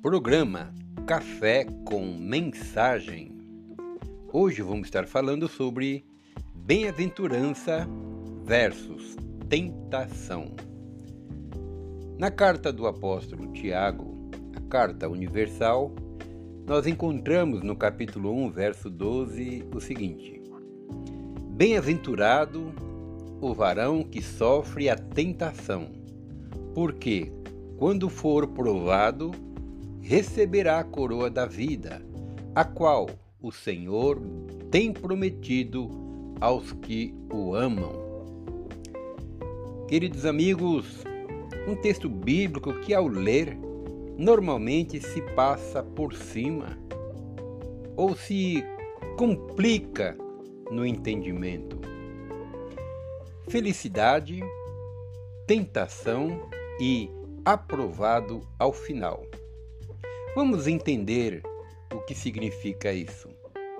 programa Café com Mensagem. Hoje vamos estar falando sobre bem-aventurança versus tentação. Na carta do apóstolo Tiago, a carta universal, nós encontramos no capítulo 1, verso 12, o seguinte: Bem-aventurado o varão que sofre a tentação, porque, quando for provado, receberá a coroa da vida, a qual o Senhor tem prometido aos que o amam. Queridos amigos, um texto bíblico que, ao ler, normalmente se passa por cima ou se complica no entendimento. Felicidade, tentação e aprovado ao final. Vamos entender o que significa isso.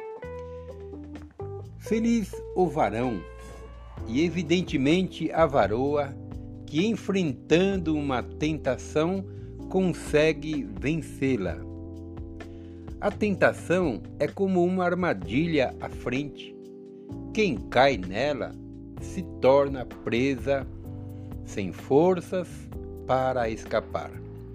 Feliz o varão e evidentemente a varoa que, enfrentando uma tentação, consegue vencê-la. A tentação é como uma armadilha à frente. Quem cai nela se torna presa, sem forças para escapar.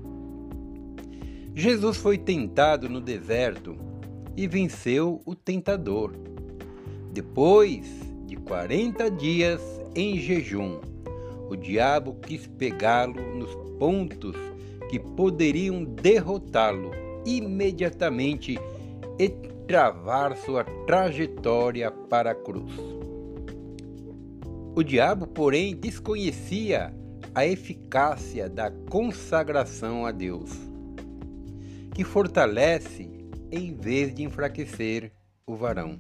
Jesus foi tentado no deserto e venceu o tentador. Depois de 40 dias em jejum, o diabo quis pegá-lo nos pontos que poderiam derrotá-lo imediatamente e travar sua trajetória para a cruz. O diabo, porém, desconhecia a eficácia da consagração a Deus, que fortalece em vez de enfraquecer o varão.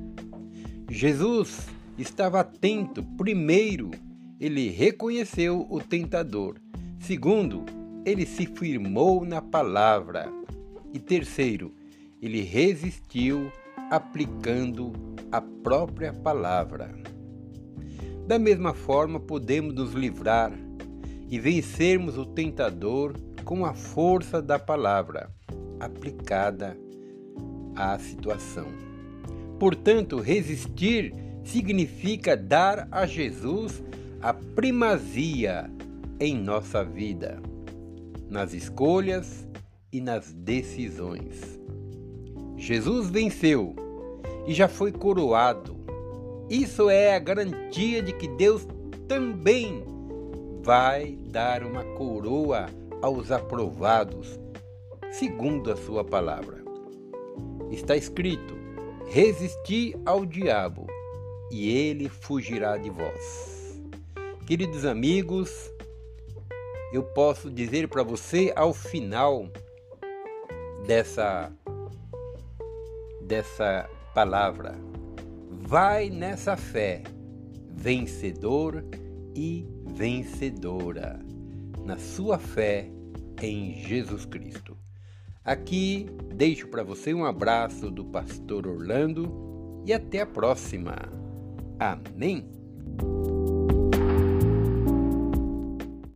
Jesus estava atento. Primeiro, ele reconheceu o tentador. Segundo, ele se firmou na palavra. E terceiro, ele resistiu aplicando a própria palavra. Da mesma forma, podemos nos livrar e vencermos o tentador com a força da palavra aplicada à situação. Portanto, resistir significa dar a Jesus a primazia em nossa vida, nas escolhas e nas decisões. Jesus venceu e já foi coroado. Isso é a garantia de que Deus também vai dar uma coroa aos aprovados, segundo a sua palavra. Está escrito: resisti ao diabo e ele fugirá de vós. Queridos amigos, eu posso dizer para você ao final dessa palavra: vai nessa fé, vencedor e vencedora, na sua fé em Jesus Cristo. Aqui deixo para você um abraço do pastor Orlando e até a próxima. Amém?